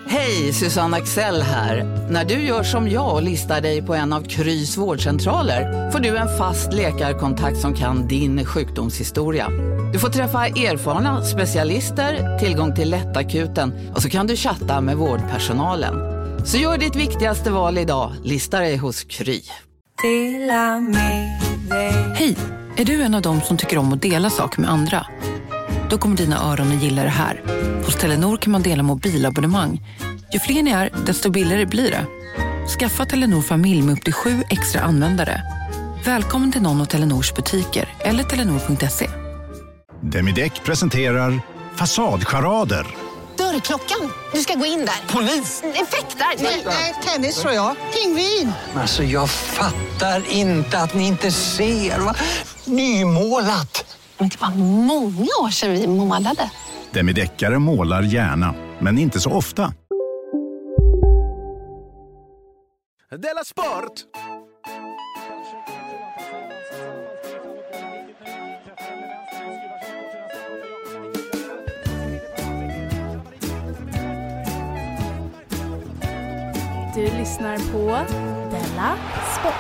Hej, Susanne Axel här. När du gör som jag och listar dig på en av Krys vårdcentraler får du en fast läkarkontakt som kan din sjukdomshistoria. Du får träffa erfarna specialister, tillgång till lättakuten och så kan du chatta med vårdpersonalen. Så gör ditt viktigaste val idag, lista dig hos Kry. Hej, är du en av dem som tycker om att dela saker med andra? Då kommer dina öron att gilla det här. Hos Telenor kan man dela mobilabonnemang. Ju fler ni är, desto billigare blir det. Skaffa Telenor familj med upp till 7 extra användare. Välkommen till någon av Telenors butiker eller telenor.se. Demideck presenterar Fasadcharader. Dörrklockan. Du ska gå in där. Polis? Effektar? Nej, tennis tror jag. Pingvin. Alltså jag fattar inte att ni inte ser. Va? Nymålat. Men det var många år sedan vi målade. Demideckare målar gärna, men inte så ofta. Della Sport! Du lyssnar på Della Sport.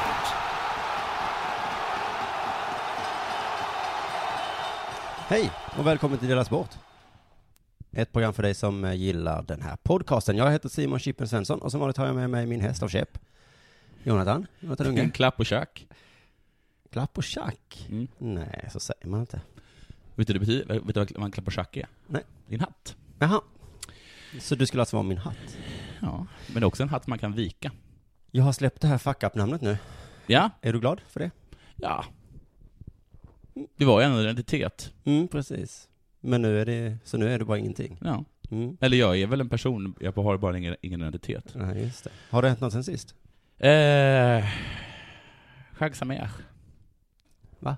Hej och välkommen till Della Sport. Ett program för dig som gillar den här podcasten. Jag heter Simon Chippen Svensson och som vanligt har jag med mig min häst av käpp. Jonathan Unge. En klapp och tjack. Klapp och tjack? Mm. Nej, så säger man inte. Vet du vad en klapp och tjack är? Nej. Din hatt. Jaha. Så du skulle alltså vara min hatt? Ja, men det är också en hatt man kan vika. Jag har släppt det här fuck-up-namnet nu. Ja. Är du glad för det? Ja. Det var en identitet. Precis. Men nu är det bara ingenting. Ja. Eller jag är väl en person, jag har bara ingen identitet. Ja, just det. Har det hänt något sen sist? Chagsameh. Va?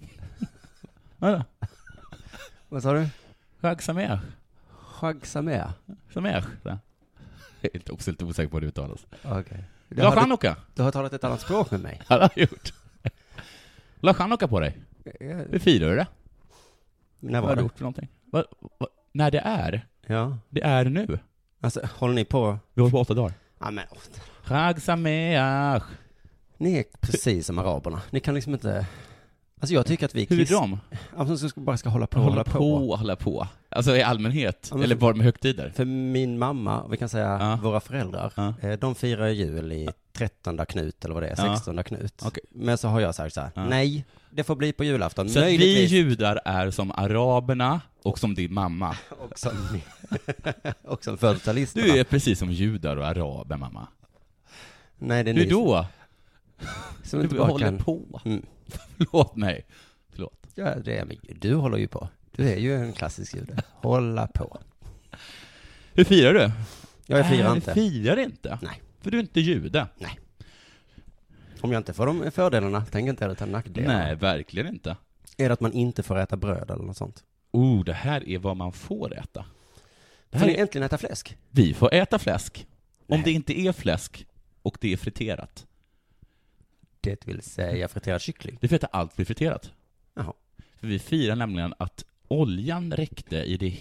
Vad sa du? Chagsameh. Chagsameh. Sameh. Jag är också lite osäker på hur det uttalas. Okej. La Chanukka. Du har talat ett annat språk med mig. Ja, det har jag gjort. La Chanukka på dig. Hur firar du det? När var Vad har det? du gjort för någonting? När det är? Ja. Det är nu. Alltså, håller ni på? Vi håller på 8 dagar. Ja, men Chagsameh. ni är precis som araberna. Ni kan liksom inte... Alltså jag tycker att vi... Hur är de? Alltså bara ska hålla på. Alltså i allmänhet? Ja, eller bara med högtider? För min mamma, vi kan säga våra föräldrar, de firar jul i 13 Knut, eller vad det är, 16 Knut. Okay. Men så har jag sagt så här, nej, det får bli på julafton. Så vi judar är som araberna och som din mamma. och som 40-talisterna. Du är precis som judar och araber, mamma. Nej, det är hur då? Som du håller på. Förlåt mig. Förlåt. Ja, det är, men du håller ju på. Du är ju en klassisk jude. Hålla på. Hur firar du? Jag firar inte. Du firar inte? Nej. För du är inte jude? Nej. Om jag inte får de fördelarna, tänker inte jag ta nackdelar. Nej, verkligen inte. Är det att man inte får äta bröd eller något sånt? Det här är vad man får äta. Får ni äntligen äta fläsk? Vi får äta fläsk. Om det inte är fläsk och det är friterat. Det vill säga friterad kyckling. Det vet att allt blir friterat. Jaha. För vi firar nämligen att oljan räckte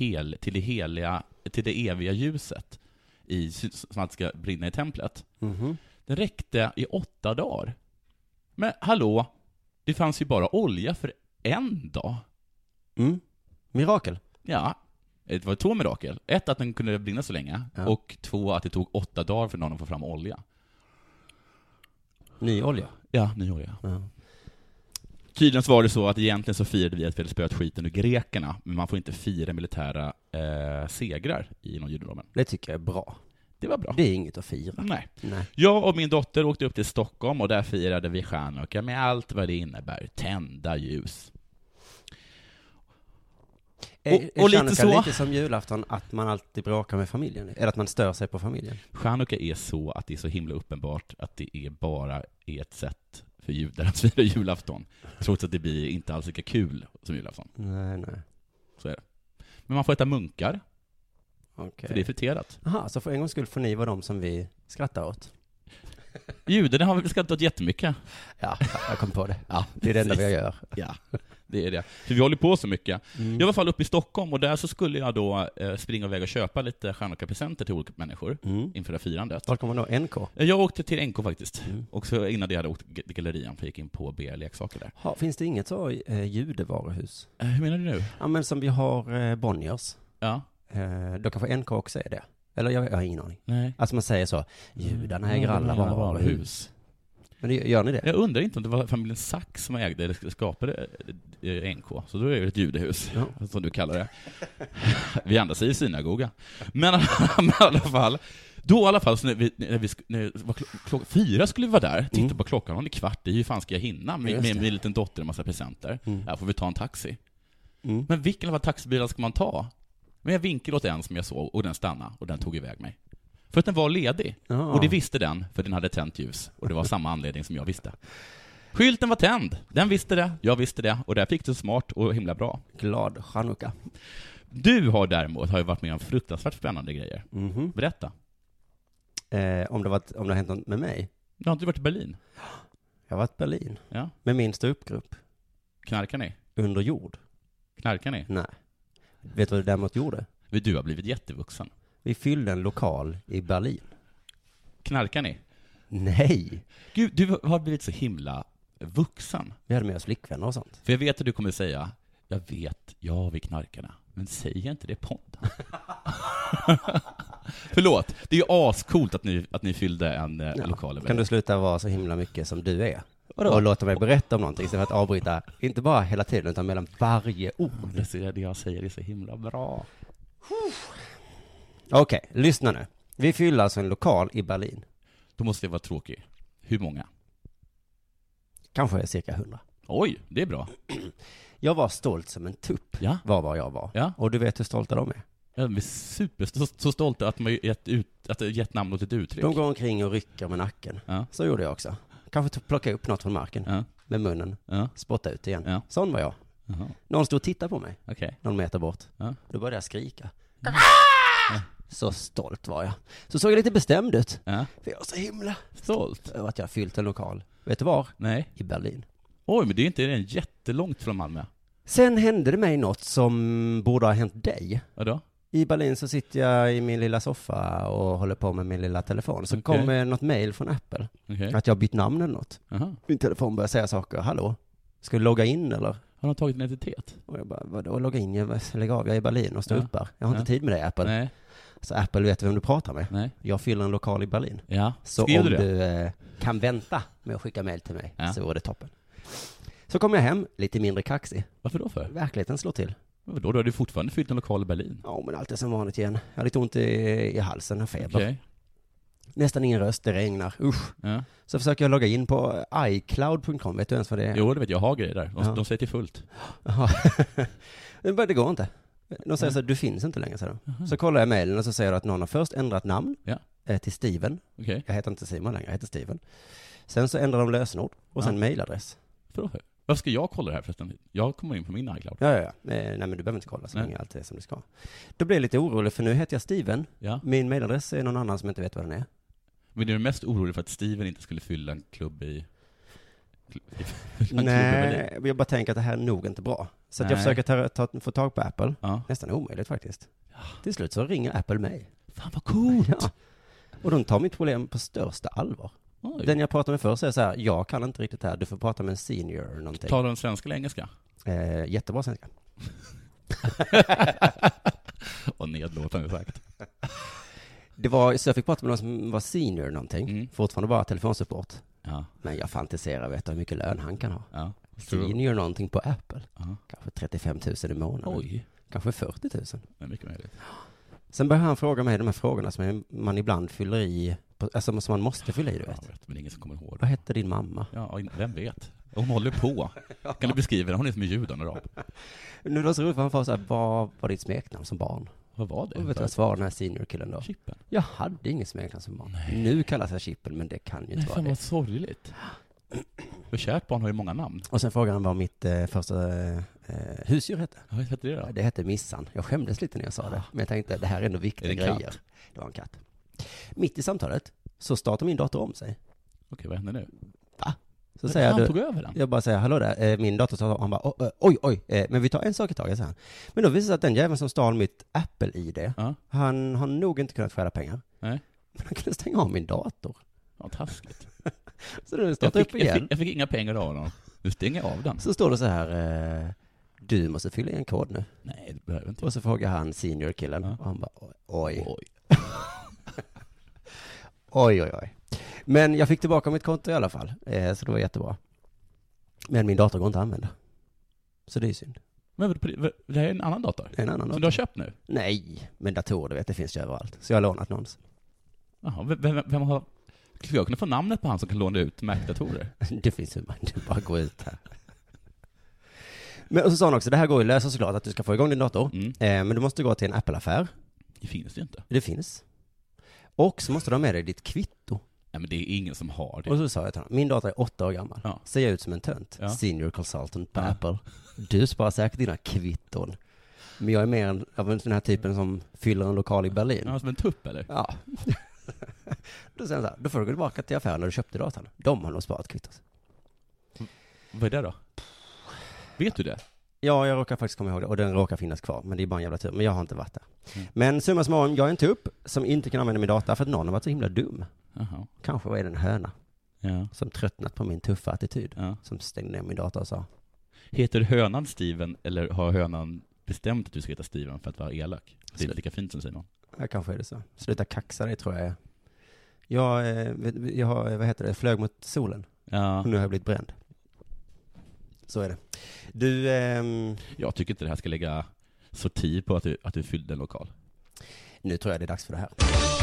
till det eviga ljuset som allt ska brinna i templet. Mm-hmm. Det räckte i 8 dagar. Men hallå, det fanns ju bara olja för 1 dag. Mirakel. Ja, det var 2 mirakel. 1 att den kunde brinna så länge och 2 att det tog 8 dagar för någon att få fram olja. Ny olja? Ja, ny olja. Tydligen så var det så att egentligen så firade vi att vi hade spöat skiten ur grekerna, men man får inte fira militära segrar inom judendomen. Det tycker jag är bra. Det var bra. Det är inget att fira. Nej. Jag och min dotter åkte upp till Stockholm och där firade vi Chanukka med allt vad det innebär. Tända ljus. Och lite så lite som julafton att man alltid bråkar med familjen, eller att man stör sig på familjen. Chanukka är så att det är så himla uppenbart att det är bara ett sätt för judar att fira julafton. Trots att det blir inte alls lika kul som julafton. Nej. Så är det. Men man får äta munkar. Okay. För det är friterat. Aha, så för en gång skulle få ni vara de som vi skrattar åt. Judarna har väl skrattat åt jättemycket. Ja, jag kom på det. Ja, det är det enda vi gör. Ja. Det är det. För vi håller på så mycket. Jag var i alla fall uppe i Stockholm och där så skulle jag då springa iväg och köpa lite Chanukka-presenter till olika människor inför det firandet. Var kommer då? NK? Jag åkte till NK faktiskt. Och så innan det hade jag åkt till gallerian för jag gick in på B-leksaker där. Finns det inget så judevaruhus? Hur menar du nu? Ja, men som vi har Bonniers. Ja. Då kanske NK också är det. Eller jag har ingen aning. Nej. Alltså man säger så, judarna äger alla varuhus. Men gör ni det? Jag undrar inte om det var familjen Sachs som ägde eller skapade NK. Så då är det ett judehus, som du kallar det. Vi andra säger synagoga. Men i alla fall, då i alla fall, så klockan 4 skulle vi vara där. Titta på klockan, hon är kvart, hur fan ska jag hinna med en liten dotter och en massa presenter? Här får vi ta en taxi. Men vilken av taxibilar ska man ta? Men jag vinkade åt en som jag såg och den stannade och den tog iväg mig. För att den var ledig. Och det visste den, för den hade tänt ljus. Och det var samma anledning som jag visste. Skylten var tänd. Den visste det, jag visste det. Och där fick du smart och himla bra. Glad Chanukka. Du har däremot ju varit med om fruktansvärt spännande grejer. Berätta. Om det har hänt något med mig? Du har inte varit i Berlin? Jag har varit i Berlin. Ja. Med min ståuppgrupp. Knarkar ni? Under jord. Knarkar ni? Nej. Vet du vad det däremot gjorde? Du har blivit jättevuxen. Vi fyllde en lokal i Berlin. Knarkar ni? Nej. Gud, du har blivit så himla vuxen. Vi hade med oss flickvänner och sånt. För jag vet att du kommer säga, vi knarkarna. Men säg inte det på podden. Förlåt, det är ju ascoolt att ni fyllde en lokal. Kan du sluta vara så himla mycket som du är? Vadå? Och låta mig berätta om någonting istället för att avbryta, inte bara hela tiden utan mellan varje ord. Det jag säger är så himla bra. Okej, lyssna nu. Vi fyller alltså en lokal i Berlin. Då måste det vara tråkigt. Hur många? Kanske cirka 100. Oj, det är bra. Jag var stolt som en tupp. Ja. Vad jag var. Ja. Och du vet hur stolta de är. Ja, de är så stolta att man gett namn åt ett uttryck. De går omkring och rycker med nacken. Ja. Så gjorde jag också. Kanske plocka upp något från marken med munnen. Spotta ut igen. Ja. Sån var jag. Någon stod och tittade på mig. Någon meter bort. Då började jag skrika. Så stolt var jag. Så såg jag lite bestämd ut. För jag var så himla stolt över att jag fyllt en lokal. Vet du var? Nej. I Berlin. Oj, men det är inte jättelångt från Malmö. Sen hände det mig något som borde ha hänt dig. Vadå? I Berlin så sitter jag i min lilla soffa och håller på med min lilla telefon. Så kommer något mejl från Apple. Att jag bytt namn eller något. Min telefon börjar säga saker. Hallå? Ska du logga in eller? Har de tagit en identitet? Och jag bara, vadå logga in? Jag lägger av, jag är i Berlin och står upp här. Jag har inte tid med dig, Apple. Nej. Så Apple vet vem du pratar med. Nej. Jag fyller en lokal i Berlin. Ja. Så om du kan vänta med att skicka mejl till mig så vore det toppen. Så kommer jag hem, lite mindre kaxig. Varför då för? Verkligheten slår till. Då har du fortfarande fyllt en lokal i Berlin? Ja, men allt är som vanligt igen. Jag har lite ont i halsen och feber. Nästan ingen röst, det regnar. Usch. Ja. Så försöker jag logga in på iCloud.com. Vet du ens vad det är? Jo, det vet jag. Har grejer där. De säger till fullt. Det går inte. De säger så att du finns inte längre. Så kollar jag mejlen och så säger du att någon har först ändrat namn till Steven. Jag heter inte Simon längre, jag heter Steven. Sen så ändrar de lösenord och sen mejladress. Varför ska jag kolla det här förresten? Jag kommer in på min iCloud. Ja. Nej, men du behöver inte kolla så länge allt är som det ska. Då blir jag lite orolig för nu heter jag Steven. Ja. Min mejladress är någon annan som inte vet vad den är. Men är du mest orolig för att Steven inte skulle fylla en klubb i... Nej, jag bara tänker att det här är nog inte bra. Så att jag försöker få tag på Apple. Ja. Nästan omöjligt faktiskt. Ja. Till slut så ringer Apple mig. Fan vad coolt! Ja. Och de tar mitt problem på största allvar. Oj. Den jag pratade med först säger så här, jag kan inte riktigt det här, du får prata med en senior eller någonting. Talar de svenska eller engelska? Jättebra svenska. Och nedlåtande sagt. Så jag fick prata med någon som var senior någonting. Fortfarande bara telefonsupport. Ja. Men jag fantiserar, vet du hur mycket lön han kan ha. Ja. Senior någonting på Apple. Kanske 35 000 i månaden. Oj. Kanske 40 000. Det är mycket möjligt. Sen börjar han fråga mig de här frågorna som man ibland fyller i, alltså som man måste fylla i, du vet. Men ingen som kommer ihåg. Vad hette din mamma? Ja, vem vet? Hon håller på. Kan du beskriva det? Hon är som en judarab. Nu är det så roligt för han får så här, vad var ditt smeknamn som barn? Vad var det? Och vet du vad svarade den här senior-killen då? Chippen. Jag hade ingen smeknamn som barn. Nej. Nu kallas jag Chippen, men det kan ju inte vara det. Vad sorgligt. För kärt barn har ju många namn. Och sen frågade han vad mitt första husdjur hette. Ja, vad hette det då? Det hette Missan. Jag skämdes lite när jag sa det. Men jag tänkte, det här är ändå viktiga grejer. Det var en katt. Mitt i samtalet så startar min dator om sig. Okej, vad händer nu? Va? Så säger han jag, tog över den? Jag bara säger, hallå där, min dator sa, han bara, oj, men vi tar en sak i taget, så här. Men då visade det sig att den jäveln som stal mitt Apple-ID, han har nog inte kunnat stjäla pengar. Nej. Men han kunde stänga av min dator. Ja, taskigt. Så det startar upp igen. Jag fick inga pengar av honom. Nu stänger jag av den. Så står det så här, du måste fylla i en kod nu. Nej, det behöver inte. Och så frågar han senior-killen, och han bara, oj. Oj. Men jag fick tillbaka mitt konto i alla fall, så det var jättebra. Men min dator går inte att använda. Så det är synd. Men det här är en annan dator? En annan dator. Som du har köpt nu? Nej, men datorer, du vet, det finns ju överallt. Så jag har lånat någons. Jaha, vem har... Skulle jag kunna få namnet på han som kan låna ut Mac-datorer? Det finns ju, det bara gå ut här. Men och så sa han också, det här går ju lösa såklart att du ska få igång din dator. Men du måste gå till en Apple-affär. Det finns det inte. Det finns. Och så måste du ha med dig ditt kvitto. Nej, men det är ingen som har det. Och så sa jag till honom, min dator är 8 år gammal. Ja. Ser jag ut som en tönt. Ja. Senior consultant på Apple. Du sparar säkert dina kvitton. Men jag är mer av den här typen som fyller en lokal i Berlin. Ja, som en tupp eller? Ja. Då säger han så här, då får du gå tillbaka till affären när du köpte datorn. De har nog sparat kvittot. Vad är det då? Vet du det? Ja, jag råkar faktiskt komma ihåg det. Och den råkar finnas kvar. Men det är bara en jävla tur. Men jag har inte varit där. Men summa summarum, jag är en tupp som inte kan använda min data för att någon har varit så himla dum. Jaha. Kanske var det en höna. Ja. Som tröttnat på min tuffa attityd. Ja. Som stängde ner min dator och sa. Heter hönan Steven eller har hönan bestämt att du ska heta Steven för att vara elak? Det är lika fint som Simon. Ja, kanske är det så. Sluta kaxa dig, tror jag. Jag har, vad heter det, flög mot solen. Ja. Och nu har jag blivit bränd. Så är det. Du, jag tycker inte det här ska lägga sorti på att du fyllde en lokal. Nu tror jag det är dags för det här.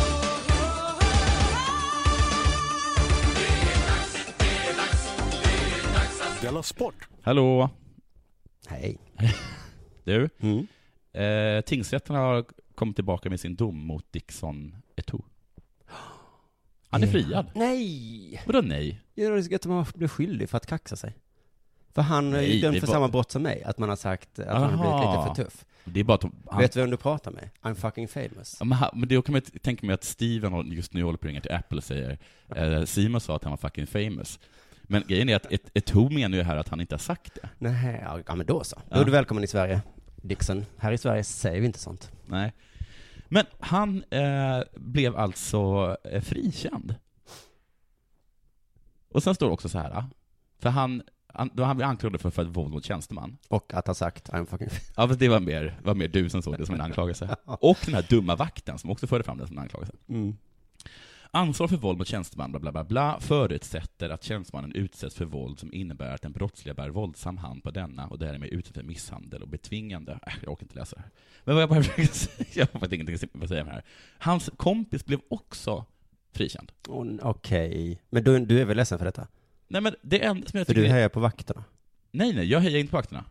Della Sport. Hallå. Hej. Du, tingsrätten har kommit tillbaka med sin dom mot Dixon Eto'o. Han är friad. Nej! Vadå nej? Jag tycker att man blir skyldig för att kaxa sig. För han är dömd för samma brott som mig. Att man har sagt att han har blivit lite för tuff. Det är bara att Vet du vem du pratar med? I'm fucking famous. Ja, men då kan man tänka mig att Steven just nu håller på att ringa till Apple och säger Simon sa att han var fucking famous. Men grejen är att Eto'o menar ju här att han inte har sagt det. Nej, ja men då så. Då är du välkommen i Sverige, Dixon. Här i Sverige säger vi inte sånt. Nej. Men han blev alltså frikänd. Och sen står det också så här. För han blev anklagad för våld mot tjänsteman. Och att ha sagt I'm fucking famous. Ja, men det var mer du som såg det som en anklagelse. Och den här dumma vakten som också förde fram det som en anklagelse. Ansvar för våld mot tjänsteman, bla bla bla bla, förutsätter att tjänstemannen utsätts för våld som innebär att den brottsliga bär våldsam hand på denna och därmed utsätts för misshandel och betvingande. Jag orkar inte läsa det här. Men vad jag bara försöker säga, jag har ingenting att säga med det här. Hans kompis blev också frikänd. Okej. Men du är väl ledsen för detta? Nej, men det enda som jag tycker... För du hejar på vakterna? Nej, jag hejar inte på vakterna.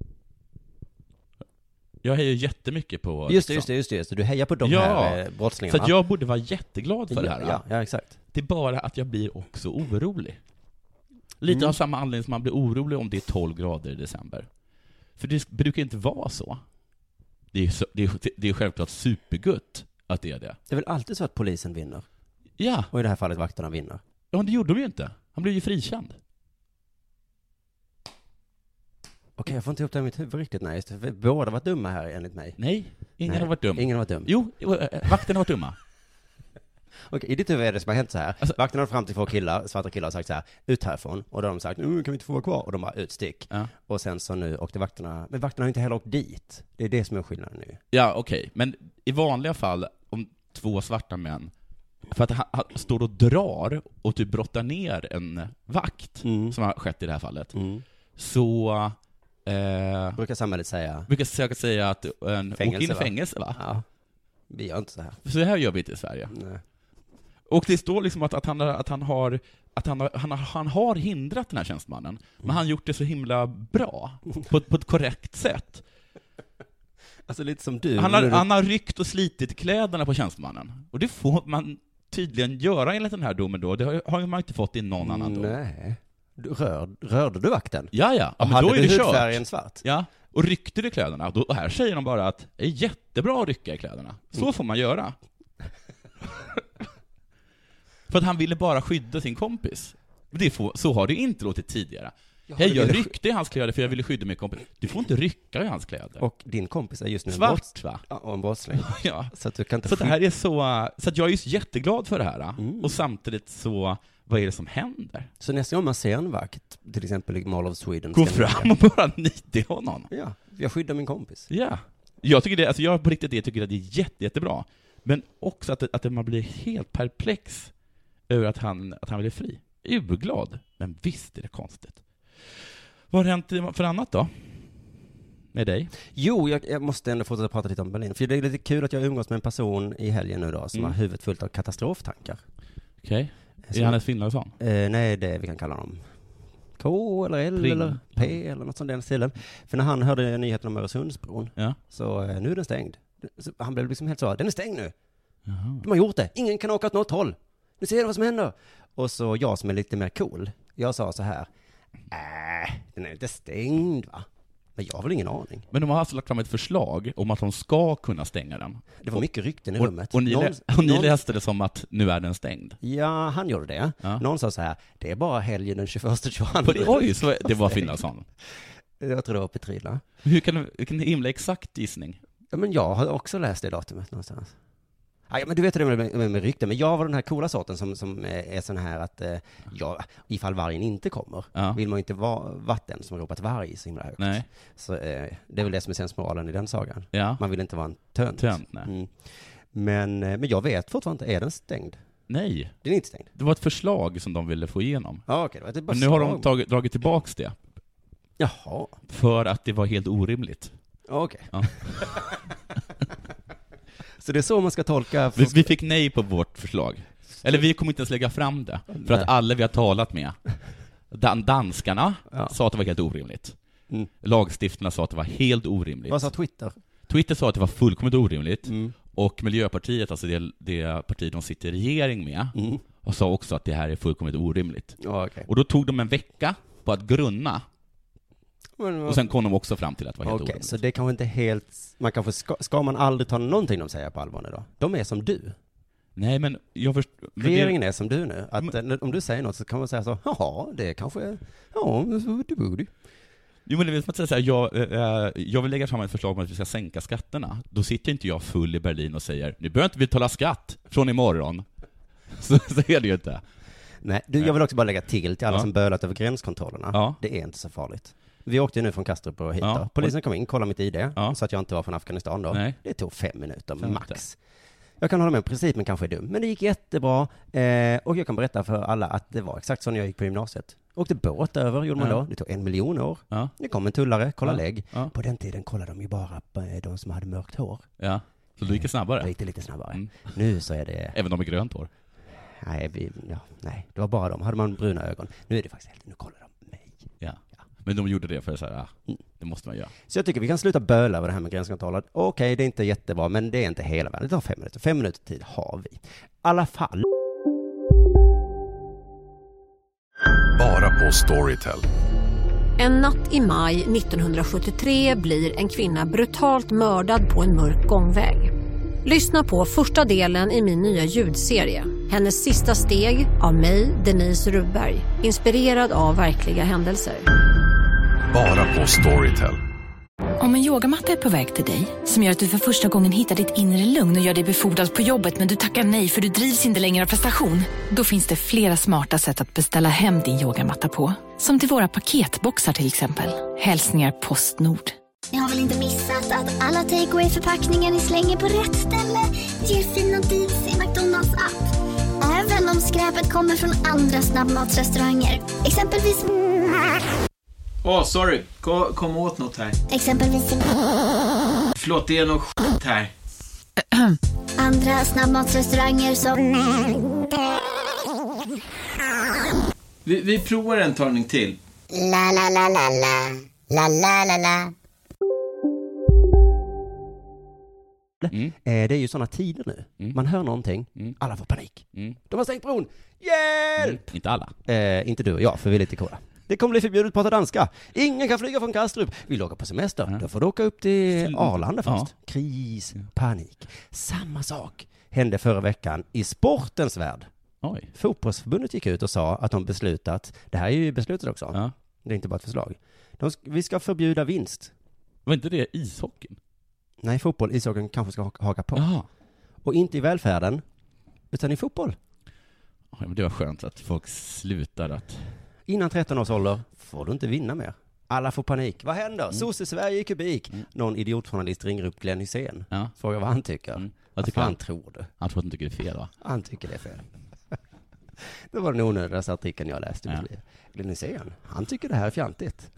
Jag hejar jättemycket på... Just det. Du hejar på de här brottslingarna. Så att jag borde vara jätteglad för det här. Ja, exakt. Det är bara att jag blir också orolig. Lite av samma anledning som man blir orolig om det är 12 grader i december. För det brukar inte vara så. Det är självklart supergutt att det är det. Det är väl alltid så att polisen vinner? Ja. Och i det här fallet vakterna vinner? Ja, men det gjorde de ju inte. Han blev ju frikänd. Okej, jag får inte ihop det i mitt huvud riktigt. Nej, båda har varit dumma här enligt mig. Nej, ingen har varit dum. Ingen har varit dum. Jo, vakterna har varit dumma. Okej, i ditt huvud är det som har hänt så här. Alltså, vakterna har fram till 2 svarta killar och sagt så här, ut härifrån. Och då har de sagt, nu kan vi inte få vara kvar. Och de bara, utstick. Ja. Och sen så nu åkte vakterna, men vakterna har inte heller åkt dit. Det är det som är skillnaden nu. Ja, okej. Men i vanliga fall, om 2 svarta män, för att han står och drar och typ brottar ner en vakt, som har skett i det här fallet, så... brukar samhället säga? Brukar säga att åk in i fängelse, va? Ja, vi gör inte så här. Så här gör vi inte i Sverige. Nej. Och det står liksom att han har hindrat den här tjänstemannen, men han gjort det så himla bra, på ett korrekt sätt. Alltså lite som du. Han har ryckt och slitit kläderna på tjänstemannen. Och det får man tydligen göra enligt den här domen då. Det har man inte fått i någon annan dom. Nej. Rörde du vakten? Ja, men hade då är du det hudfärgen svart? Ja, och ryckte du kläderna. Och här säger de bara att det är jättebra att rycka i kläderna. Så får man göra. För att han ville bara skydda sin kompis. Så har det inte låtit tidigare. Hej, jag ryckte i hans kläder för jag ville skydda min kompis. Du får inte rycka i hans kläder. Och din kompis är just nu svart, va? Ja, och en brottsling. Ja. Så att du kan inte så det här är så att jag är just jätteglad för det här. Och samtidigt så, vad är det som händer? Så nästa gång man ser en vakt, till exempel i Mall of Sweden, gå fram och bara nita honom. Ja, jag skyddar min kompis. Ja. Jag tycker det, alltså jag på riktigt tycker att det är jättebra. Men också att man blir helt perplex över att han blir fri. Urglad, men visst är det konstigt. Vad har hänt för annat då? Med dig? Jo, jag måste ändå fortsätta prata lite om Berlin. För det är lite kul att jag umgås med en person i helgen nu då som har huvudet fullt av katastroftankar. Okej. Är han ett Finlandsson? Nej, det vi kan kalla honom K eller L eller P eller något sånt den stilen. För när han hörde nyheten om Öresundsbron så nu är den stängd. Så han blev liksom helt så, den är stängd nu. Jaha. De har gjort det. Ingen kan åka åt något håll. Nu ser du vad som händer. Och så jag som är lite mer cool, jag sa så här: den är inte stängd, va? Men jag har väl ingen aning. Men de har alltså lagt fram ett förslag om att de ska kunna stänga den. Det var mycket rykten i rummet. Och ni läste det som att nu är den stängd. Ja, han gjorde det. Ja. Någon sa så här: det är bara helgen den 21-22. Oj, så det var Finlandsson. Jag tror det var Petrilla. Vilken himla exakt gissning. Ja, men jag har också läst det datumet någonstans. Ja, men du vet det med rykten. Men jag var den här coola sorten som är sån här att ifall vargen inte kommer vill man ju inte vara vatten som ropat varg så himla högt. Nej. Så det är väl det som är sensmoralen i den sagan. Ja. Man vill inte vara en tönt. Nej. Men jag vet fortfarande inte, är den stängd? Nej. Den är inte stängd. Det var ett förslag som de ville få igenom. Ja, okej. Men nu har de dragit tillbaks det. Jaha. För att det var helt orimligt. Okej. Ja. Så det är så man ska tolka. Vi fick nej på vårt förslag. Eller vi kommer inte ens lägga fram det. För att alla vi har talat med, danskarna sa att det var helt orimligt. Lagstiftarna sa att det var helt orimligt. Vad sa Twitter? Twitter sa att det var fullkomligt orimligt. Och Miljöpartiet, alltså det parti de sitter i regering med, och sa också att det här är fullkomligt orimligt. Okay. Och då tog de en vecka på att grunna. Och sen kom de också fram till att det var helt orimligt. Så det kanske inte helt... Man kanske ska man aldrig ta någonting de säger på allvar nu då? De är som du. Nej, men jag förstår... Regeringen är som du nu. Att om du säger något så kan man säga så, jaha, det kanske... Ja, det borde. Jo, men det vill säga så här, jag vill lägga fram ett förslag om att vi ska sänka skatterna. Då sitter inte jag full i Berlin och säger, nu behöver inte vi betala skatt från imorgon. Så är det ju inte. Nej, jag vill också bara lägga till alla som bölat över gränskontrollerna. Ja. Det är inte så farligt. Vi åkte nu från Kastrup och hit då. Polisen kom in, kollade mitt ID, så att jag inte var från Afghanistan då. Nej. Det tog 5 minuter max. Jag kan hålla med, principen kanske är dum, men det gick jättebra. Och jag kan berätta för alla att det var exakt så när jag gick på gymnasiet. Åkte båt över, gjorde man då. Det tog 1 miljon år. Det kom en tullare, kolla lägg. På den tiden kollade de ju bara på de som hade mörkt hår. Ja, så det gick snabbare. Det gick lite snabbare. Nu så är det... Även de med grönt hår? Nej, det var bara de. Hade man bruna ögon. Nu är det faktiskt helt... Nu kollar de mig. Ja. Men de gjorde det för så här, det måste man göra. Så jag tycker vi kan sluta böla över det här med gränskontrollen. Okej, det är inte jättebra, men det är inte hela världen. Det tar 5 minuter. 5 minuter tid har vi. I alla fall. Bara på Storytel. En natt i maj 1973 blir en kvinna brutalt mördad på en mörk gångväg. Lyssna på första delen i min nya ljudserie. Hennes sista steg av mig, Denise Rubberg. Inspirerad av verkliga händelser. Bara på Storytel. Om en yogamatta är på väg till dig, som gör att du för första gången hittar ditt inre lugn och gör dig befordrad på jobbet men du tackar nej för du drivs inte längre av prestation. Då finns det flera smarta sätt att beställa hem din yogamatta på. Som till våra paketboxar till exempel. Hälsningar Postnord. Ni har väl inte missat att alla takeaway-förpackningar ni slänger på rätt ställe ger fina deals i McDonalds app. Även om skräpet kommer från andra snabbmatsrestauranger. Exempelvis... sorry. Kom åt något här. Exempelvis... Förlåt, det är något skit här. Andra snabbmatsrestauranger som... Vi provar en talning till. La la la la la. La la la la. Det är ju sådana tider nu. Man hör någonting, alla får panik. De har stängt bron. Hjälp! Inte alla. Inte du och jag, för vi är lite coola. Det kommer bli förbjudet att prata danska. Ingen kan flyga från Kastrup. Vi åker på semester. Då får du åka upp till Arlanda först. Kris, panik. Samma sak hände förra veckan i sportens värld. Oj. Fotbollsförbundet gick ut och sa att de beslutat, det här är ju beslutat också, Ja. det är inte bara ett förslag. Vi ska förbjuda vinst. Var inte det ishockeyn? Nej, fotboll, ishockeyn kanske ska haka på. Jaha. Och inte i välfärden, utan i fotboll. Ja, men det var skönt att folk slutar att... Innan 13 års ålder får du inte vinna mer. Alla får panik. Vad händer? Sosse-Sverige i kubik. Någon idiotjournalist ringer upp Glenn Hysén. Ja. Frågar vad han tycker. Vad tycker han? Tror du? Han tror att han tycker det är fel, va? Han tycker det är fel. Det var den onödigaste artikeln jag läste i mitt liv. Glenn Hysén, han tycker det här är fjantigt.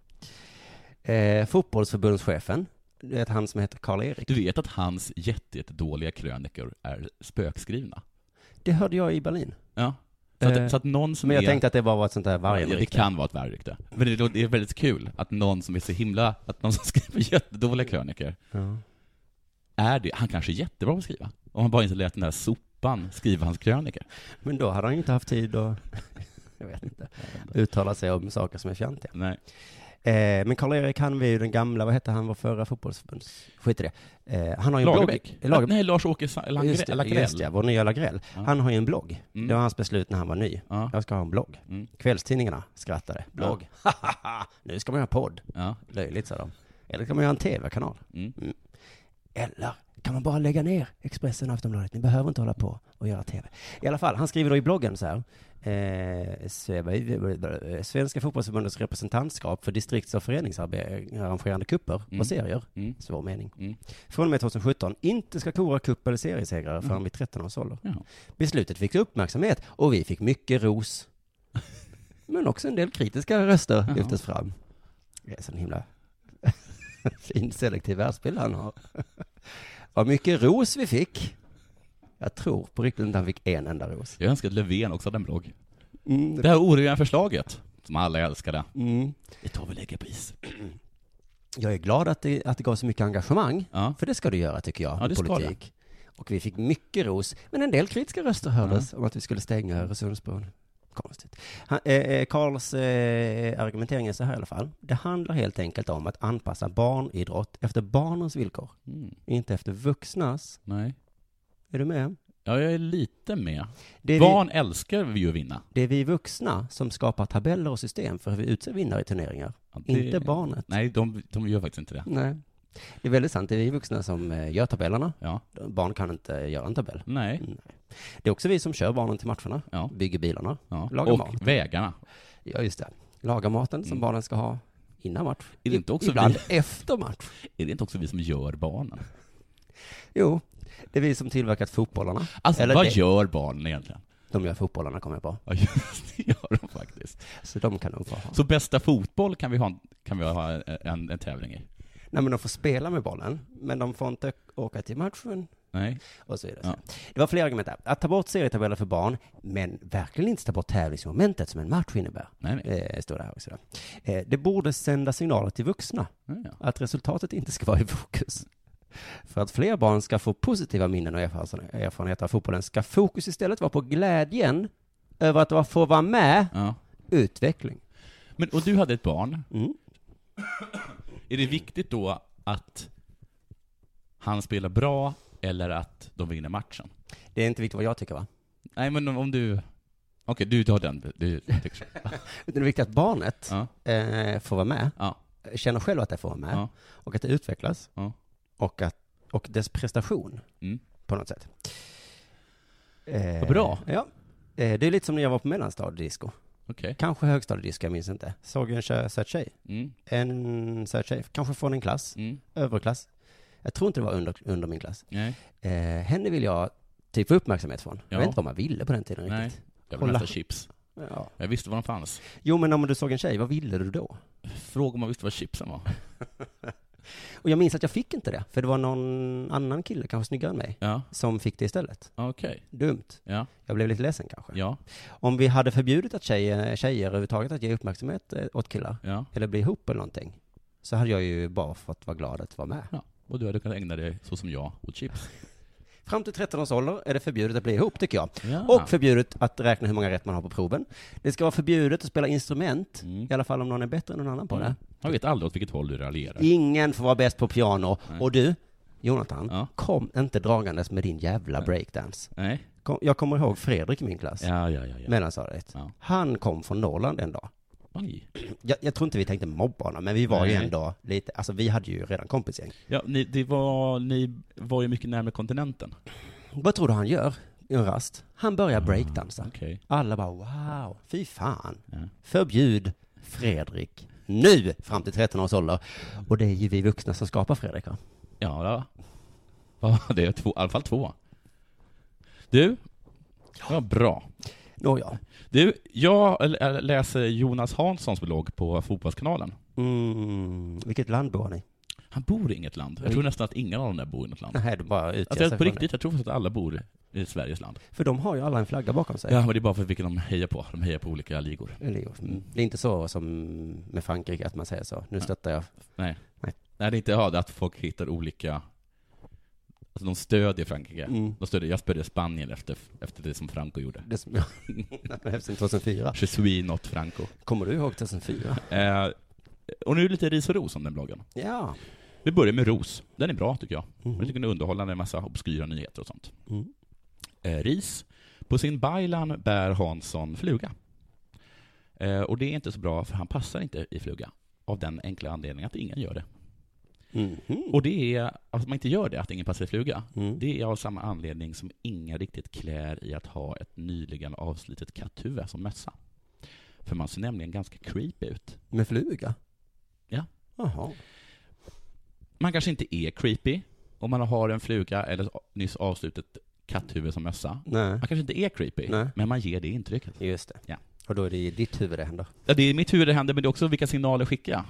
Fotbollsförbundschefen, det är han som heter Karl-Erik. Du vet att hans jättedåliga krönikor är spökskrivna? Det hörde jag i Berlin. Ja. Så att någon som men jag tänkte att det bara var ett sånt där varje det kan vara ett vargrykte. Men det är väldigt kul att någon som är så himla, att någon som skriver jättedåliga krönikor är det. Han kanske är jättebra på att skriva. Om han bara inte lät den där sopan skriva hans krönikor. Men då hade han inte haft tid att jag vet inte, uttala sig om saker som är fjantiga. Nej. Men Karl-Erik, han var ju den gamla, vad hette han, var förra fotbollsförbunds... Skit i det. Han har ju en Lagerbäck? blogg. Nej, Lars-Åke Lagrell. Just det, vår nya Lagrell. Ja. Han har ju en blogg. Det var hans beslut när han var ny. Ja. Jag ska ha en blogg. Kvällstidningarna skrattade. Blogg. Nu ska man ha podd. Ja. Löjligt, sa de. Eller kan man göra en tv-kanal. Eller kan man bara lägga ner Expressen och Aftonbladet? Ni behöver inte hålla på och göra tv. I alla fall, han skriver då i bloggen så här. Svenska fotbollsförbundets representantskap för distrikts- och föreningsarrangerande kupper och serier. Svår mening. Från och med 2017 inte ska kora kupp- eller seriesegrare förrän vid 13 års ålder. Beslutet fick uppmärksamhet och vi fick mycket ros. Men också en del kritiska röster lyftes fram. Det är så en himla fin selektiv världsbild han har. Vad mycket ros vi fick. Jag tror på riktigt att han fick en enda ros. Jag önskar att Löfven också hade en blogg. Det här oroliga förslaget som alla älskade. Det tar vi lägga på is. Jag är glad att det gav så mycket engagemang. För det ska du göra, tycker jag, i politik. Och vi fick mycket ros. Men en del kritiska röster hördes om att vi skulle stänga Öresundsbron. Konstigt. Karls argumentering är så här i alla fall. Det handlar helt enkelt om att anpassa barnidrott efter barnens villkor. Inte efter vuxnas. Nej. Är du med? Ja, jag är lite med. Barn älskar vi ju att vinna. Det är vi vuxna som skapar tabeller och system för hur vi utser vinnare i turneringar. Ja, inte barnet. Nej, de gör faktiskt inte det. Nej. Det är väldigt sant. Det är vi vuxna som gör tabellerna. Ja. Barn kan inte göra en tabell. Nej. Det är också vi som kör barnen till matcherna. Ja. Bygger bilarna. Ja. Lagar och mat. Vägarna. Ja, just det. Lagar maten som barnen ska ha innan match. Är det inte också ibland efter match. Är det inte också vi som gör barnen? Jo. Det är vi som tillverkat fotbollarna. Alltså, eller vad gör barnen egentligen? De gör fotbollarna, kommer jag på. Ja, just det gör de faktiskt. Så de kan nog få ha. Så bästa fotboll kan vi ha en tävling i? Nej, men de får spela med bollen. Men de får inte åka till matchen. Nej. Och så vidare. Ja. Det var flera argument där. Att ta bort serietabeller för barn, men verkligen inte ta bort tävlingsmomentet som en match innebär. Nej. Står det här också. Det borde sända signaler till vuxna. Att resultatet inte ska vara i fokus. För att fler barn ska få positiva minnen och erfarenheter av fotbollen ska fokus istället vara på glädjen över att få vara med. Utveckling. Men, och du hade ett barn. Är det viktigt då att han spelar bra eller att de vinner matchen? Det är inte viktigt vad jag tycker, va? Nej, men om du... Okej, du tar den. Du tycker så. Det är viktigt att barnet får vara med. Känner själv att det får vara med. Och att det utvecklas. Och dess prestation på något sätt. Vad bra. Ja. Det är lite som när jag var på mellanstadiedisco. Okay. Kanske högstadiedisco, jag minns inte. Såg en söt tjej. En söt tjej, kanske från en klass. Överklass. Jag tror inte det var under min klass. Nej. Henne vill jag typ få uppmärksamhet från. Jag vet inte vad man ville på den tiden riktigt. Jag ville äta chips. Ja. Jag visste var de fanns. Jo, men om du såg en tjej, vad ville du då? Fråga om man visste vad chipsen var. Och jag minns att jag fick inte det. För det var någon annan kille, kanske snyggare än mig, som fick det istället. Okej. Dumt. Ja. Jag blev lite ledsen kanske. Ja. Om vi hade förbjudit att tjejer överhuvudtaget att ge uppmärksamhet åt killar. Eller bli ihop eller någonting. Så hade jag ju bara fått vara glad att vara med. Ja. Och du hade kunnat ägna dig så som jag åt chips. Fram till 13 års ålder är det förbjudet att bli ihop, tycker jag. Ja. Och förbjudet att räkna hur många rätt man har på proven. Det ska vara förbjudet att spela instrument, i alla fall om någon är bättre än någon annan på det. Jag vet aldrig åt vilket håll du raljerar. Ingen får vara bäst på piano. Nej. Och du, Jonathan, kom inte dragandes med din jävla breakdance. Nej. Jag kommer ihåg Fredrik i min klass. Ja. Mellanstadiet. Ja. Han kom från Norrland en dag. Oj. Jag tror inte vi tänkte mobba honom, men vi var ju ändå lite, alltså vi hade ju redan kompisgäng. Ja, ni var ju mycket närmare kontinenten. Vad tror du han gör i en rast? Han börjar breakdansa. Okay. Alla bara, wow, fy fan. Ja. Förbjud Fredrik nu fram till 13 års ålder. Och det är ju vi vuxna som skapar Fredrik, va? Ja, det är i alla fall 2. Du, ja, bra. Nåja. Du, jag läser Jonas Hanssons blogg på Fotbollskanalen. Vilket land bor han i? Han bor i inget land. Jag tror nästan att ingen av dem där bor i något land. Nej, de bara utger sig på riktigt, jag tror att alla bor i Sveriges land. För de har ju alla en flagga bakom sig. Ja, men det är bara för vilka de hejar på. De hejar på olika ligor. Det är inte så som med Frankrike att man säger så. Nu stöttar jag. Nej, det är inte att folk hittar olika... Alltså de stödjer Frankrike. Jag stödjer Spanien efter det som Franco gjorde. Det som, efter 2004. Je suis not Franco. Kommer du ihåg 2004? Och nu är det lite ris och ros om den bloggen. Ja. Vi börjar med ros. Den är bra tycker jag. Jag tycker den är underhållande, en massa obskyra nyheter och sånt. Ris. På sin bajlan bär Hansson fluga. Och det är inte så bra för han passar inte i fluga. Av den enkla anledningen att ingen gör det. Och det är att man inte gör det, att ingen passar i fluga. Det är av samma anledning som ingen riktigt klär i att ha ett nyligen avslitet katthuvud som mössa. För man ser nämligen ganska creepy ut. Med fluga? Ja. Jaha. Man kanske inte är creepy om man har en fluga eller nyss avslutet katthuvud som mössa. Nej. Man kanske inte är creepy, men man ger det intrycket. Just det. Ja. Och då är det i ditt huvud det händer. Ja, det är mitt huvud det händer, men det är också vilka signaler skickar jag.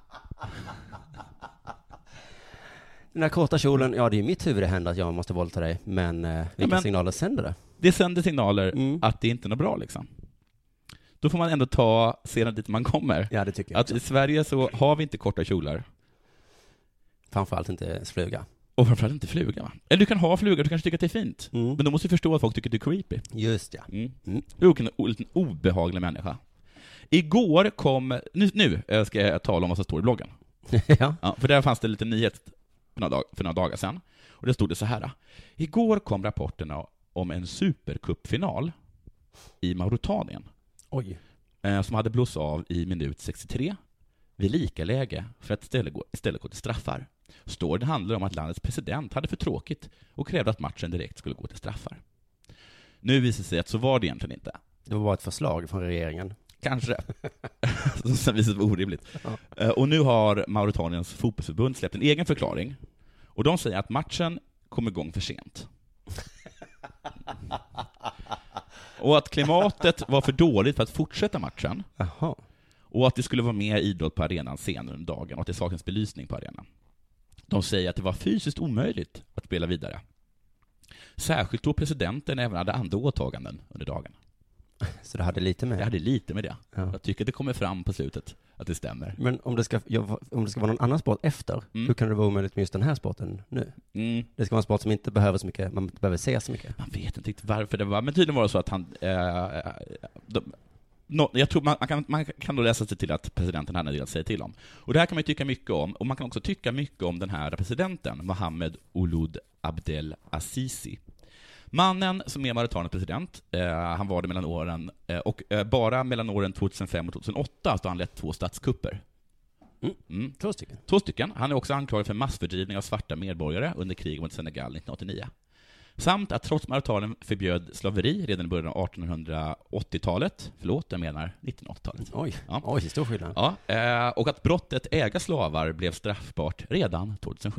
Den här korta kjolen, ja det är mitt huvud det händer att jag måste våldta dig. Men vilka signaler sänder det? Det sänder signaler att det inte är något bra liksom. Då får man ändå se dit man kommer. Ja, det tycker jag. Att i Sverige så har vi inte korta kjolar. Framförallt inte fluga. Och framförallt inte fluga, va? Eller du kan ha fluga, du kanske tycker att det är fint. Men då måste du förstå att folk tycker att det är creepy. Just ja. Du är en liten obehaglig människa. Igår kom... Nu ska jag tala om vad som står i bloggen. Ja, för där fanns det lite nyhet för några dagar sedan. Och det stod det så här. Igår kom rapporterna om en supercupfinal i Mauritanien. Oj. Som hade blåst av i minut 63 vid lika läge för att istället gå till straffar. Storyn handlar om att landets president hade för tråkigt och krävde att matchen direkt skulle gå till straffar. Nu visar det sig att så var det egentligen inte. Det var bara ett förslag från regeringen. Kanske. Som sen visade sig vara orimligt. Ja. Och nu har Mauritaniens fotbollsförbund släppt en egen förklaring. Och de säger att matchen kom igång för sent. Och att klimatet var för dåligt för att fortsätta matchen. Aha. Och att det skulle vara mer idrott på arenan senare under dagen och att det saknas belysning på arenan. De säger att det var fysiskt omöjligt att spela vidare. Särskilt då presidenten även hade andra åtaganden under dagen. Så det hade lite med det? Det hade lite med det. Ja. Jag tycker att det kommer fram på slutet att det stämmer. Men om det ska vara någon annan sport efter, hur kan det vara omöjligt med just den här sporten nu? Det ska vara en sport som inte behöver så mycket, man inte behöver se så mycket. Man vet inte riktigt varför det var, men tydligen var det så att han... jag tror man kan då läsa sig till att presidenten hade en del att säga till om. Och det här kan man ju tycka mycket om. Och man kan också tycka mycket om den här presidenten, Mohammed Ould Abdel Azizi. Mannen som är Mauritaniens president, han var det mellan åren, bara mellan åren 2005 och 2008 så han lett 2 statskupper. 2 stycken. Han är också anklagad för massfördrivning av svarta medborgare under kriget mot Senegal 1989. Samt att trots Mauretanien förbjöd slaveri redan i början av 1880-talet. Förlåt, jag menar 1980-talet. Oj, stor skillnad. Ja, och att brottet äga slavar blev straffbart redan 2007.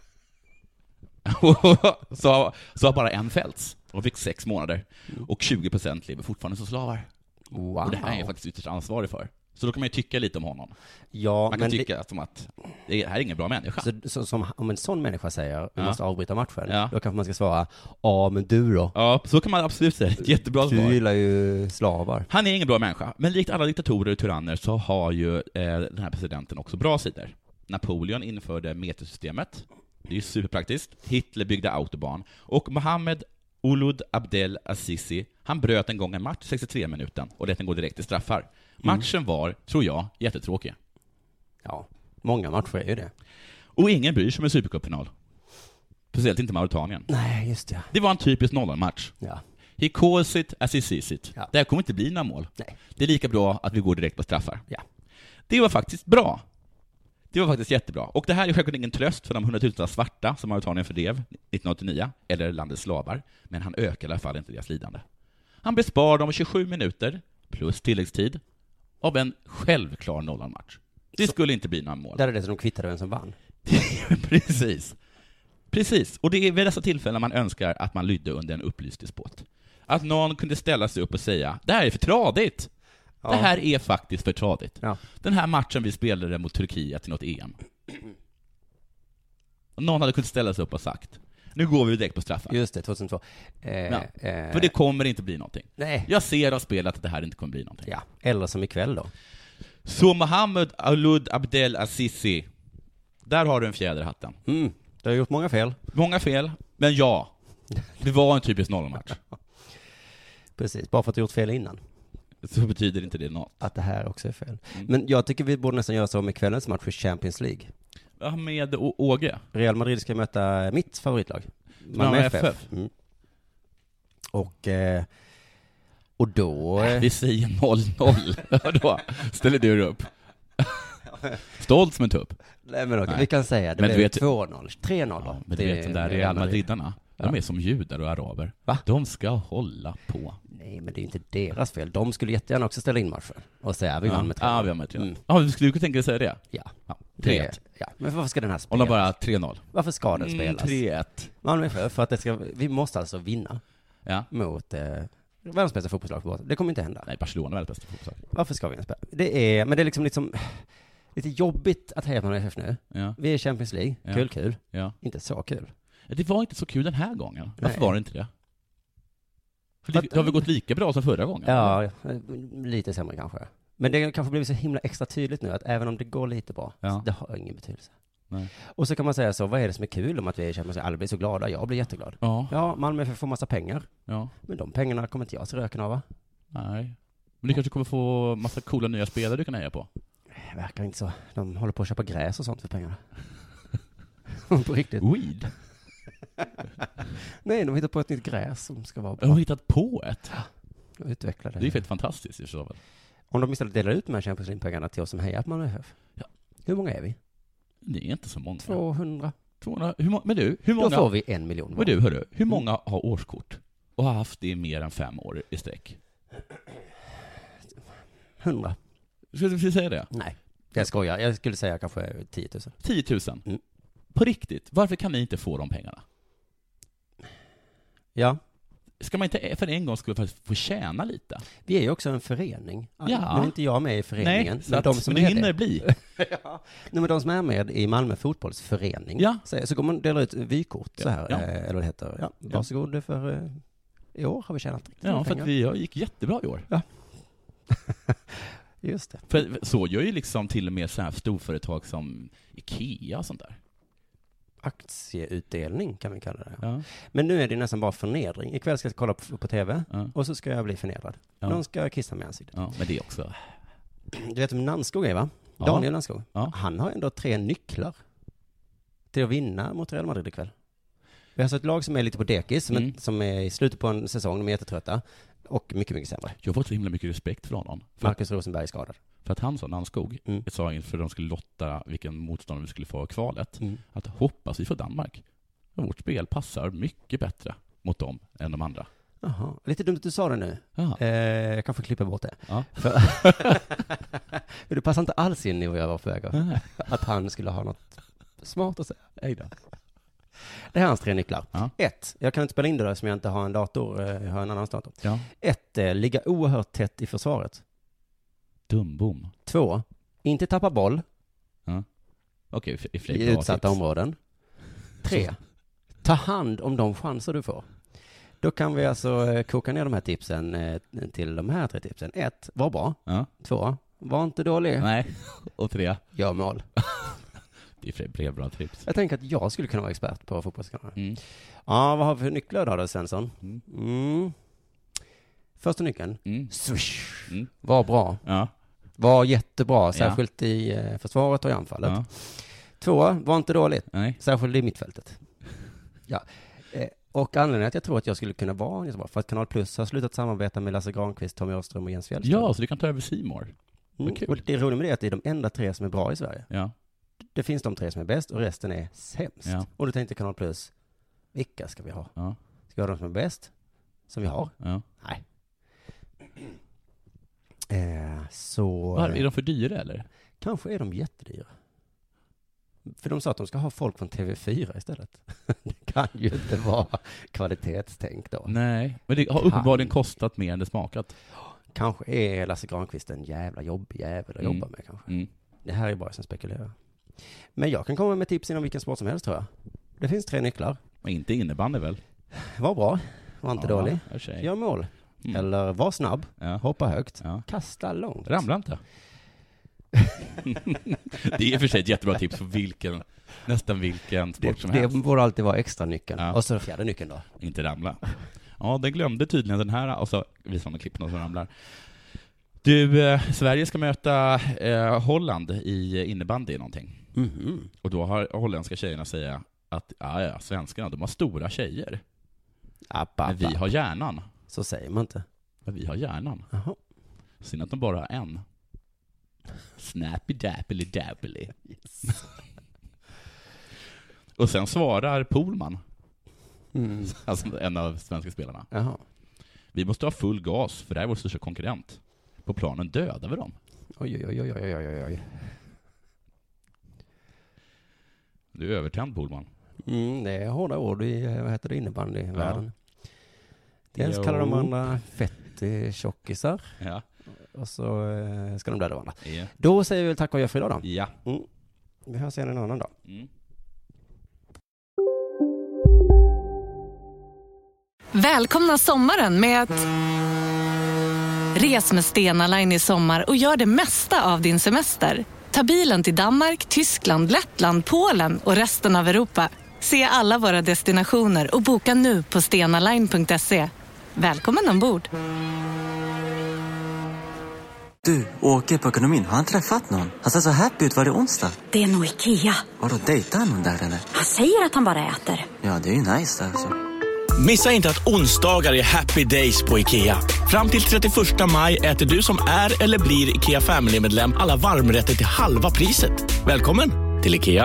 så har bara en fällts och fick 6 månader. Och 20% lever fortfarande som slavar. Wow. Och det här är jag faktiskt ytterst ansvarig för. Så då kan man ju tycka lite om honom. Ja, man kan tycka att det här är ingen bra människa. Så som om en sån människa säger vi måste avbryta matchen, då kanske man ska svara men du då? Ja, så kan man absolut säga. Jättebra svar. Du gillar ju slavar. Han är ingen bra människa. Men likt alla diktatorer och tyranner så har ju den här presidenten också bra sidor. Napoleon införde metersystemet. Det är ju superpraktiskt. Hitler byggde autobahn. Och Mohammed Ould Abdel Azizi, han bröt en gång en match 63 minuten och lät den gå direkt till straffar. Matchen var, tror jag, jättetråkig. Ja, många matcher är ju det. Och ingen bryr sig om en supercupfinal. Speciellt inte Mauritanien. Nej, just det. Det var en typisk 0-match. Ja. He calls it as he sees it. Ja. Det här kommer inte bli några mål. Nej. Det är lika bra att vi går direkt på straffar. Ja. Det var faktiskt bra. Det var faktiskt jättebra. Och det här är självklart ingen tröst för de 100,000 svarta som Mauretanien fördrev 1989, eller landets slavar, men han ökar i alla fall inte deras lidande. Han besparar dem 27 minuter plus tilläggstid av en självklar 0-match. Det skulle inte bli några mål. Där är det som de kvittade vem som vann. Precis. Och det är vid dessa tillfällen man önskar att man lydde under en upplyst despot. Att någon kunde ställa sig upp och säga, det här är för tradigt. Ja. Det här är faktiskt för tradigt. Ja. Den här matchen vi spelade mot Turkiet i något EM. Och någon hade kunnat ställa sig upp och sagt, nu går vi direkt på straffar. Just det, 2002. För det kommer inte bli någonting. Nej. Jag ser av spelet att det här inte kommer bli någonting. Ja, eller som ikväll då. Så Mohammed Alud Abdel Azizi, där har du en fjäder i hatten. Du har gjort många fel. Många fel, men ja. Det var en typisk 0-match. Precis, bara för att du gjort fel innan. Så betyder inte det något. Att det här också är fel. Men jag tycker vi borde nästan göra så med kvällens match för Champions League. Ja, med Åge. Real Madrid ska möta mitt favoritlag. Malmö FF. Och då... Vi säger 0-0. Då ställer du upp. Stolt som en tupp. Nej, men okej, vi kan säga det blir 2-0, 3-0 då. Ja, men du vet, de där Real Madridarna, de är som judar och araber. Va? De ska hålla på. Nej, men det är inte deras fel. De skulle jättegärna också ställa in matchen och säga vi vann med 3-0. Ja, vi har med 3-0. Ja, du skulle tänka dig säga det? Ja. 3-1. Ja, men varför ska den här spelas? Om de bara 3-0. Varför ska den spelas? 3-1. Malmö för att det ska, vi måste alltså vinna mot världens bästa fotbollslag. Det kommer inte hända. Nej, Barcelona är världens bästa fotbollslag. Varför ska vi ens spela? Men det är liksom lite jobbigt att heja på Malmö FF nu. Ja. Vi är i Champions League. Kul. Ja. Inte så kul. Det var inte så kul den här gången. Varför var det inte det? För det har vi gått lika bra som förra gången? Ja, lite sämre kanske. Men det kanske blivit så himla extra tydligt nu att även om det går lite bra, det har ingen betydelse. Nej. Och så kan man säga så, vad är det som är kul om att vi är i Champions League? Alla blir så glada, jag blir jätteglad. Ja, Malmö FF får massa pengar. Ja. Men de pengarna kommer inte jag till röken av, va? Nej. Men du kanske kommer få massa coola nya spelare du kan heja på? Det verkar inte så. De håller på att köpa gräs och sånt för pengarna. På riktigt. Weed? Nej, de hittar på ett nytt gräs som ska vara bra. De har hittat på ett? Ja, utvecklade. Det är ju helt fantastiskt i så fall. Om de istället delar ut de här Champions League-pengarna till oss som hejar på Malmö FF. Ja. Hur många är vi? Det är inte så många. 200. Men du, hur många... Då får vi 1 miljon. Men du, hörru, hur många har årskort och har haft det i mer än 5 år i sträck? 100. Ska du säga det? Nej, jag skojar. Jag skulle säga kanske 10 000. 10 000? På riktigt? Varför kan ni inte få de pengarna? Ja. Ska man inte för en gång skulle få tjäna lite? Vi är ju också en förening. Ja. Nu är inte jag med i föreningen. Nej, men de som men hinner bli. Ja. Nej, men de som är med i Malmö fotbollsförening. Ja. Så går man dela ut vykort så här. Ja. Eller vad det heter. Ja. Varsågod för i år har vi tjänat riktigt för pengar. Att vi gick jättebra i år. Ja. Just det. För så gör ju liksom till och med så här storföretag som Ikea och sånt där. Aktieutdelning kan vi kalla det. Ja. Men nu är det nästan bara förnedring. Ikväll ska jag kolla på tv och så ska jag bli förnedrad. Någon ska kissa mig i ansiktet. Ja, men det också. Du vet vem Nannskog är, va? Ja. Daniel Nannskog. Ja. Han har ändå 3 nycklar till att vinna mot Real Madrid ikväll. Vi har så ett lag som är lite på dekis, som är i slutet på en säsong, de är jättetrötta och mycket, mycket sämre. Jag har fått så himla mycket respekt för honom. Marcus Rosenberg är skadad. För att han sa, Nannskog, sa inför de skulle lotta vilken motståndare vi skulle få kvalet, att hoppas vi får Danmark. Vårt spel passar mycket bättre mot dem än de andra. Jaha, lite dumt att du sa det nu. Jag kan få klippa bort det. Ja. För det passar inte alls in i vad jag var på väg av. Att han skulle ha något smart att säga. Det här är hans 3 nycklar. 1. Jag kan inte spela in det där som jag inte har en dator. Jag har en annan dator. 1. Ligga oerhört tätt i försvaret. Dumbom. 2. Inte tappa boll. Okej, i utsatta områden. 3. Ta hand om de chanser du får. Då kan vi alltså koka ner de här tipsen till de här 3 tipsen. 1. Var bra. 2. Var inte dålig. Nej. Och 3. Gör mål. Det är fler bra tips. Jag tänker att jag skulle kunna vara expert på fotbollskanalen. Ja, vad har vi för nycklar då, Svensson? Första nyckeln. Swish. Var bra. Ja. Var jättebra, särskilt i försvaret och i anfallet. Ja. 2. Var inte dåligt. Nej. Särskilt i mittfältet. Ja. Och anledningen att jag tror att jag skulle kunna vara en Göteborg, för att Kanal Plus har slutat samarbeta med Lasse Granqvist, Tommy Åström och Jens Fjällström. Ja, så du kan ta över C More. Och det roliga med det är att det är de enda 3 som är bra i Sverige. Ja. Det finns de 3 som är bäst och resten är sämst. Ja. Och då tänkte Kanal Plus, vilka ska vi ha? Ja. Ska vi ha de som är bäst? Som vi har? Ja. Nej. Så... Är de för dyra eller? Kanske är de jättedyra. För de sa att de ska ha folk från TV4 istället. Det kan ju inte vara kvalitetstänk då. Nej, men det har uppenbarligen kostat mer än det smakat. Kanske är Lasse Granqvist en jävla jobbig jävel att jobba med kanske. Det här är bara som spekulerar. Men jag kan komma med tips inom vilken sport som helst tror jag. Det finns 3 nycklar. Men inte innebandy väl? Var bra, var inte dålig. Gör mål. Eller var snabb, hoppa högt, kasta långt. Ramla inte. Det är för sig ett jättebra tips för nästan vilken sport som helst. Det borde alltid vara extra nyckeln. Ja. Och så 4:e nyckeln då. Inte ramla. Ja, den glömde tydligen den här. Och så visar de klippen som ramlar. Du, Sverige ska möta Holland i innebandy någonting. Mm-hmm. Och då har holländska tjejerna säga att svenskarna, de har stora tjejer. Men vi har hjärnan. Så säger man inte. Men vi har hjärnan. Jaha. Synd att de bara har en. Snappy dappily dabbly. Yes. Och sen svarar Pohlman, alltså en av svenska spelarna. Jaha. Vi måste ha full gas, för det är vår största konkurrent. På planen dödar vi dem. Oj. Du är övertänd, Pohlman. Det är hårda ord i, innebandyvärlden. Dels kallar de andra fett-tjockisar. Ja. Och så ska de döda varandra. Ja. Då säger vi väl tack och gör för idag då. Ja. Vi hörs igen en annan dag. Välkomna sommaren med att res med Stena Line i sommar och gör det mesta av din semester. Ta bilen till Danmark, Tyskland, Lettland, Polen och resten av Europa. Se alla våra destinationer och boka nu på stenaline.se. Välkommen ombord! Du, åker på ekonomin. Har han träffat någon? Han ser så happy ut. Var det onsdag? Det är nog Ikea. Vadå, dejtar han någon där eller? Han säger att han bara äter. Ja, det är ju nice alltså. Missa inte att onsdagar är happy days på Ikea. Fram till 31 maj äter du som är eller blir Ikea Family-medlem alla varmrätter till halva priset. Välkommen till Ikea.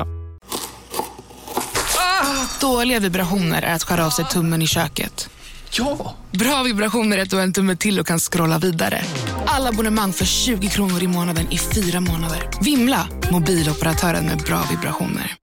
Dåliga vibrationer är att skära av sig tummen i köket. Ja! Bra vibrationer är att du har en tumme till och kan scrolla vidare. Alla abonnemang för 20 kronor i månaden i 4 månader. Vimla, mobiloperatören med bra vibrationer.